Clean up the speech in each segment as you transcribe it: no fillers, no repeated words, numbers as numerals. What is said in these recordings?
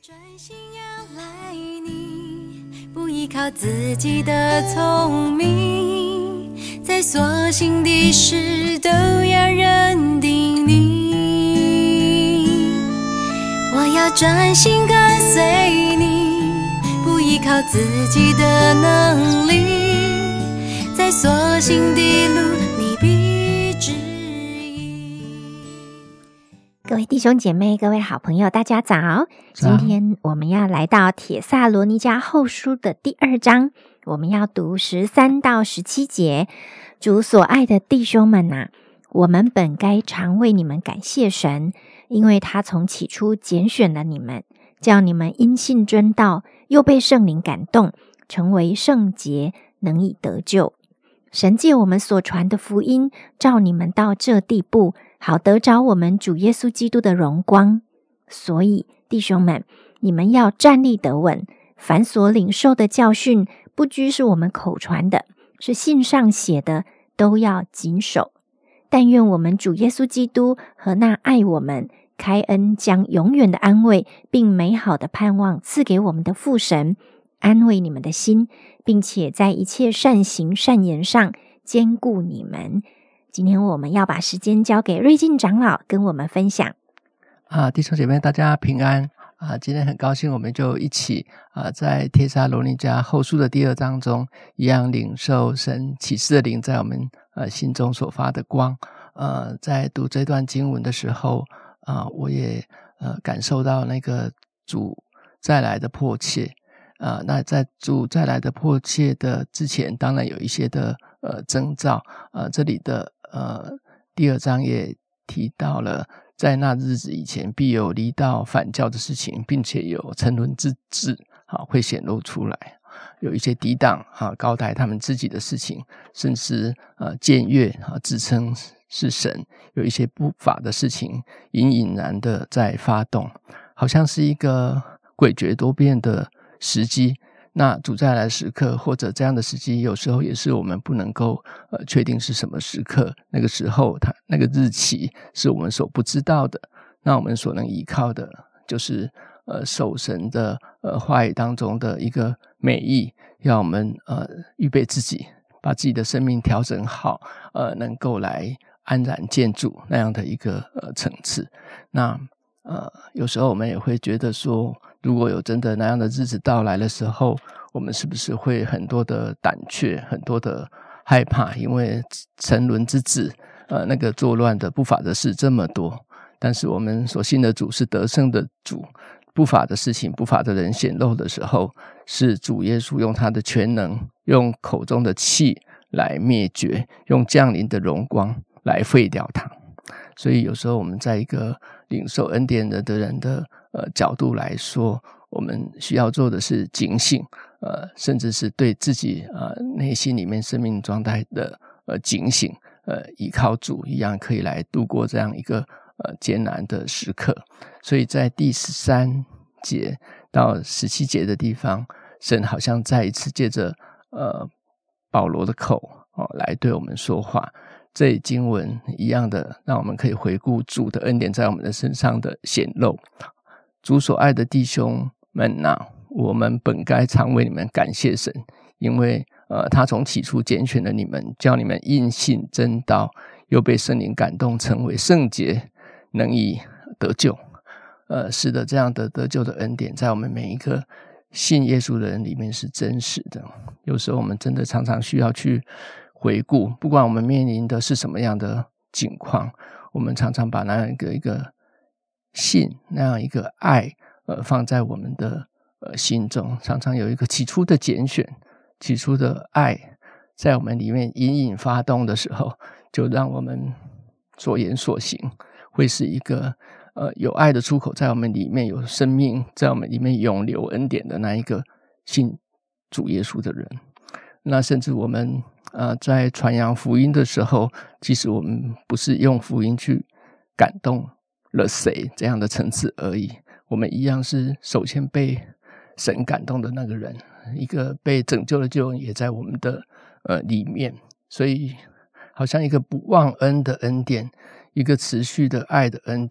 专心仰赖你，不依靠自己的聪明，在所行的事都要认定你。我要专心跟随你，不依靠自己的能力，在所行的路你必指引。 各位弟兄姐妹，各位好朋友，大家早。今天我们要来到帖撒罗尼迦后书的第2章，我们要读13到17节。主所爱的弟兄们啊，我们本该常为你们感谢神，因为他从起初拣选了你们，叫你们因信遵道，又被圣灵感动，成为圣洁，能以得救。神借我们所传的福音，召你们到这地步，好得着我们主耶稣基督的荣光。所以弟兄们，你们要站立得稳，凡所领受的教训，不拘是我们口传的，是信上写的，都要谨守。但愿我们主耶稣基督和那爱我们、开恩将永远的安慰并美好的盼望赐给我们的父神，安慰你们的心，并且在一切善行善言上坚固你们。今天我们要把时间交给瑞进长老跟我们分享。 弟兄姐妹大家平安。今天很高兴我们就一起在帖撒罗尼迦后书的第2章中，一样领受神启示的灵在我们心中所发的光。在读这段经文的时候，我也感受到那个主再来的迫切。那在主再来的迫切的之前，当然有一些的征兆。这里的第2章也提到了，在那日子以前必有离道反教的事情，并且有沉沦之治会显露出来，有一些抵挡高抬他们自己的事情，甚至僭越自称是神，有一些不法的事情隐隐然的在发动，好像是一个诡谲多变的时机。那主再来的时刻或者这样的时机，有时候也是我们不能够确定是什么时刻，那个时候那个日期是我们所不知道的。那我们所能依靠的就是守神的话语当中的一个美意，要我们预备自己，把自己的生命调整好，能够来安然见主那样的一个层次。那有时候我们也会觉得说，如果有真的那样的日子到来的时候，我们是不是会很多的胆怯，很多的害怕，因为沉沦之子那个作乱的不法的事这么多。但是我们所信的主是得胜的主，不法的事情不法的人显露的时候，是主耶稣用他的全能，用口中的气来灭绝，用降临的荣光来废掉它。所以有时候我们在一个领受恩典的人的角度来说，我们需要做的是警醒，甚至是对自己内心里面生命状态的警醒，依靠主一样可以来度过这样一个艰难的时刻。所以在第13节到17节的地方，神好像再一次借着保罗的口来对我们说话。这里经文一样的，让我们可以回顾主的恩典在我们的身上的显露。主所爱的弟兄们啊，我们本该常为你们感谢神，因为他从起初拣选了你们，叫你们因信真道，又被圣灵感动，成为圣洁，能以得救。是的，这样的得救的恩典在我们每一个信耶稣的人里面是真实的。有时候我们真的常常需要去回顾，不管我们面临的是什么样的境况，我们常常把那样一个信，那样一个爱放在我们的心中，常常有一个起初的拣选，起初的爱在我们里面隐隐发动的时候，就让我们所言所行会是一个有爱的出口，在我们里面有生命，在我们里面永留恩典的那一个信主耶稣的人。那甚至我们在传扬福音的时候，其实我们不是用福音去感动了谁这样的层次而已，我们一样是首先被神感动的那个人，一个被拯救的救恩也在我们的里面。所以好像一个不忘恩的恩典，一个持续的爱的恩典，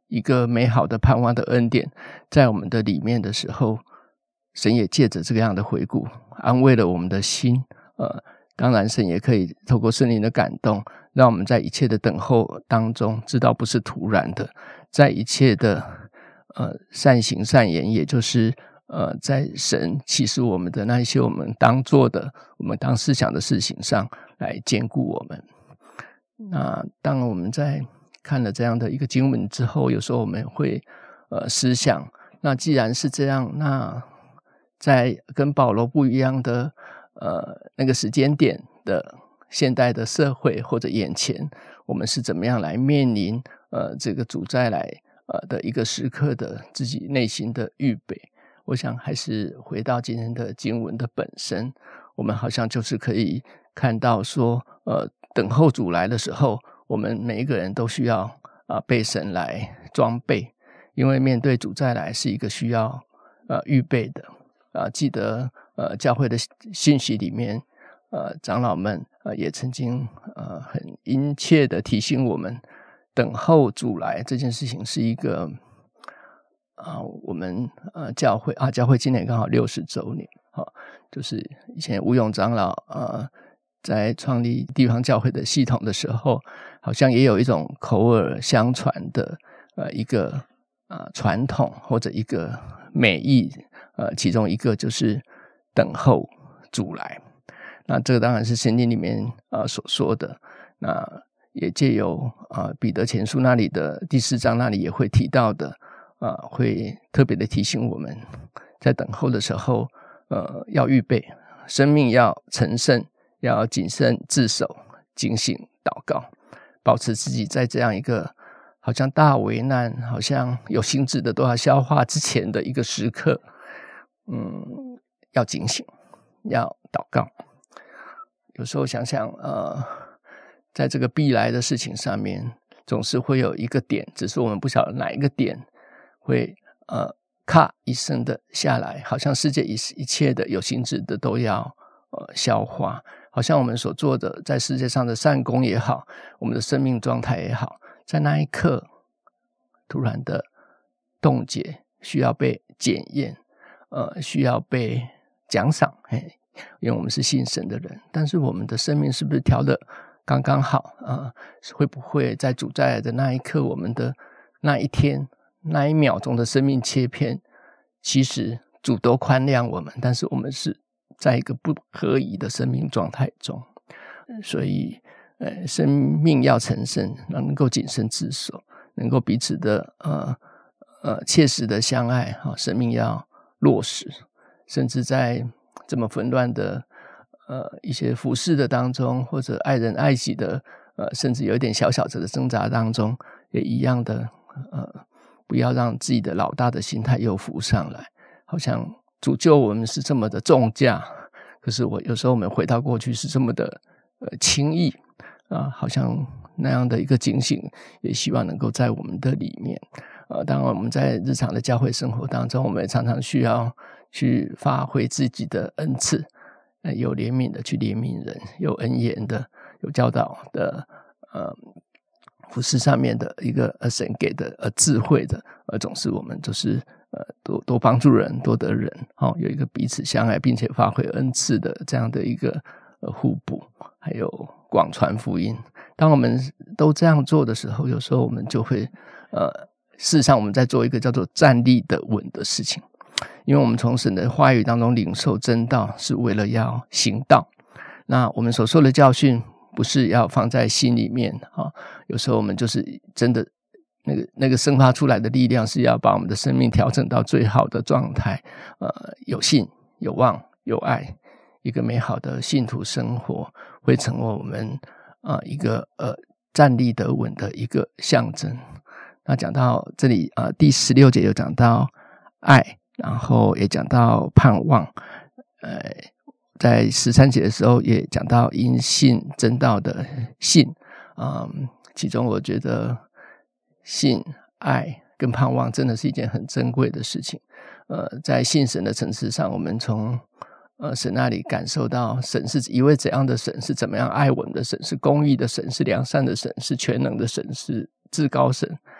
一个美好的盼望的恩典在我们的里面的时候，神也借着这个样的回顾安慰了我们的心。当然神也可以透过圣灵的感动，让我们在一切的等候当中知道不是突然的，在一切的善行善言，也就是在神启示我们的那一些我们当做的我们当思想的事情上来兼顾我们。那当我们在看了这样的一个经文之后，有时候我们会思想，那既然是这样，那在跟保罗不一样的那个时间点的现代的社会或者眼前，我们是怎么样来面临这个主再来的一个时刻的自己内心的预备。我想还是回到今天的经文的本身，我们好像就是可以看到说等候主来的时候，我们每一个人都需要被神来装备，因为面对主再来是一个需要预备的。记得教会的信息里面长老们也曾经很殷切的提醒我们，等候主来这件事情是一个我们教会今年刚好60周年，就是以前吴永长老在创立地方教会的系统的时候，好像也有一种口耳相传的一个传统或者一个美意，其中一个就是等候主来。那这个当然是圣经里面所说的，那也借由彼得前书那里的第4章那里也会提到的，会特别的提醒我们在等候的时候要预备，生命要成圣，要谨慎自守，警醒祷告，保持自己在这样一个好像大危难，好像有心智的都要消化之前的一个时刻，要警醒，要祷告。有时候想想在这个必来的事情上面，总是会有一个点，只是我们不晓得哪一个点会咔一声的下来，好像世界一切的有心智的都要消化，好像我们所做的在世界上的善功也好，我们的生命状态也好，在那一刻突然的冻结，需要被检验，需要被奖赏。因为我们是信神的人，但是我们的生命是不是调得刚刚好会不会在主再来的那一刻，我们的那一天那一秒钟的生命切片，其实主都宽谅我们，但是我们是在一个不合宜的生命状态中。所以生命要成圣，能够谨慎自守，能够彼此的切实的相爱，生命要落实，甚至在这么纷乱的一些服事的当中，或者爱人爱己的甚至有一点小小的挣扎当中，也一样的不要让自己的老大的心态又浮上来，好像主救我们是这么的重价，可是有时候我们回到过去是这么的轻易好像那样的一个警醒，也希望能够在我们的里面。当然我们在日常的教会生活当中，我们也常常需要去发挥自己的恩赐，有怜悯的去怜悯人，有恩言的，有教导的服事上面的一个神给的智慧的，总是我们就是多帮助人，多得人，有一个彼此相爱并且发挥恩赐的这样的一个互补，还有广传福音。当我们都这样做的时候，有时候我们就会事实上我们在做一个叫做站立的稳的事情，因为我们从神的话语当中领受真道，是为了要行道。那我们所受的教训不是要放在心里面有时候我们就是真的那个生发出来的力量是要把我们的生命调整到最好的状态，有信有望有爱，一个美好的信徒生活会成为我们一个站立得稳的一个象征。那讲到这里第16节有讲到爱，然后也讲到盼望，在13节的时候也讲到因信真道的信，其中我觉得信爱跟盼望真的是一件很珍贵的事情。在信神的层次上，我们从神那里感受到神是一位怎样的神，是怎么样爱我们的神，是公义的神，是良善的神，是全能的神，是至高神，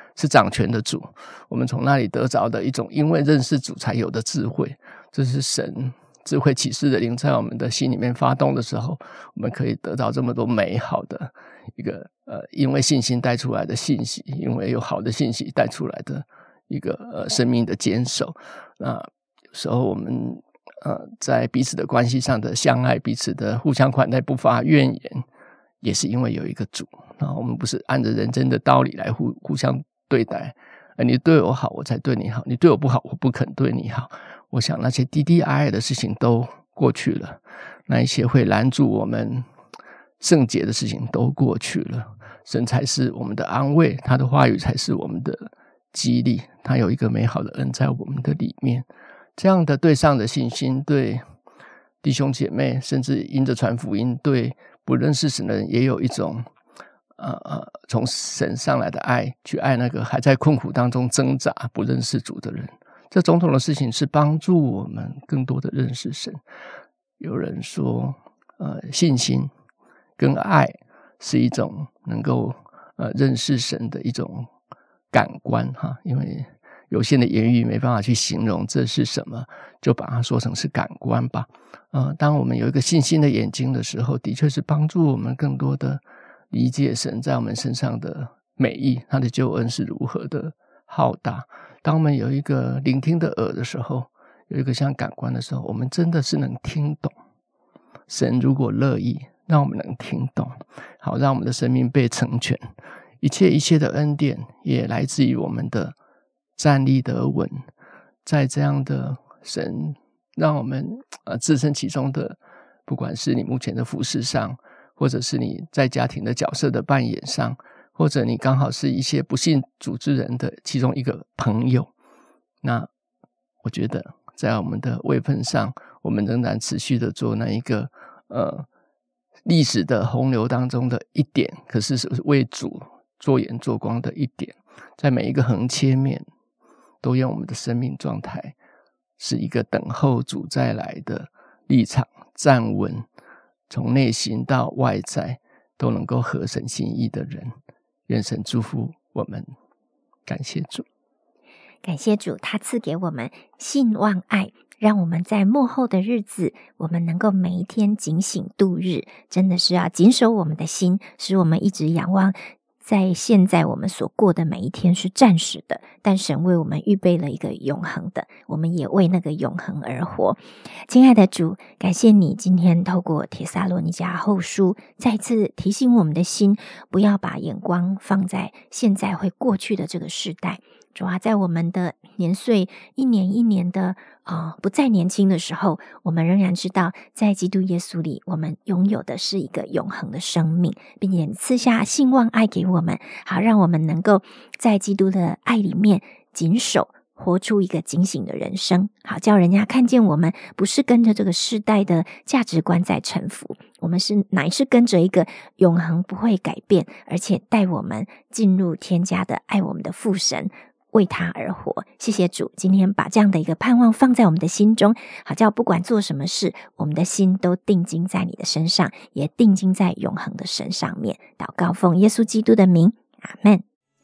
是掌权的主，我们从那里得着的一种因为认识主才有的智慧，这是神智慧启示的灵在我们的心里面发动的时候，我们可以得到这么多美好的一个因为信心带出来的信息，因为有好的信息带出来的一个生命的坚守。那有时候我们在彼此的关系上的相爱，彼此的互相款待，不发怨言，也是因为有一个主。我们不是按着人间的道理来互相对待，你对我好我才对你好，你对我不好我不肯对你好。我想那些低低矮矮的事情都过去了，那一些会拦住我们圣洁的事情都过去了。神才是我们的安慰，他的话语才是我们的激励，他有一个美好的恩在我们的里面。这样的对上的信心，对弟兄姐妹，甚至因着传福音，对不认识神的人也有一种从神上来的爱，去爱那个还在困苦当中挣扎不认识主的人。这种种的事情是帮助我们更多的认识神。有人说信心跟爱是一种能够认识神的一种感官因为有限的言语没办法去形容这是什么，就把它说成是感官吧。当我们有一个信心的眼睛的时候，的确是帮助我们更多的理解神在我们身上的美意，他的救恩是如何的浩大。当我们有一个聆听的耳的时候，有一个像感官的时候，我们真的是能听懂。神如果乐意让我们能听懂，好让我们的生命被成全，一切的恩典也来自于我们的站立得稳。在这样的神让我们置身其中的，不管是你目前的服事上，或者是你在家庭的角色的扮演上，或者你刚好是一些不信主之人的其中一个朋友，那我觉得在我们的位分上，我们仍然持续的做那一个历史的洪流当中的一点，可是是为主做盐做光的一点，在每一个横切面都用我们的生命状态是一个等候主再来的立场站稳，从内心到外在都能够合神心意的人。愿神祝福我们，感谢主。 感谢主，他赐给我们信望爱，让我们在末后的日子，我们能够每一天警醒度日，真的是要谨守我们的心，使我们一直仰望在现在我们所过的每一天是暂时的，但神为我们预备了一个永恒的，我们也为那个永恒而活。亲爱的主，感谢你今天透过帖撒罗尼迦后书再次提醒我们的心，不要把眼光放在现在会过去的这个时代。主啊，在我们的年岁一年一年的不再年轻的时候，我们仍然知道在基督耶稣里，我们拥有的是一个永恒的生命，并且赐下信望爱给我们，好让我们能够在基督的爱里面谨守，活出一个警醒的人生，好叫人家看见我们不是跟着这个世代的价值观在臣服，我们乃是跟着一个永恒不会改变，而且带我们进入天家的爱我们的父神，为他而活。谢谢主，今天把这样的一个盼望放在我们的心中，好叫不管做什么事，我们的心都定睛在你的身上，也定睛在永恒的神上面。祷告奉耶稣基督的名，阿们。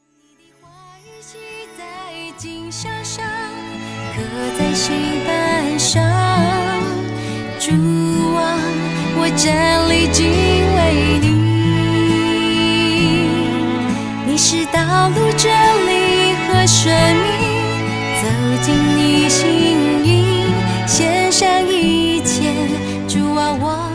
刻在心板上，主啊，我站立敬畏你，你是道路真理和生命，走进你心意，献上一切，主啊，我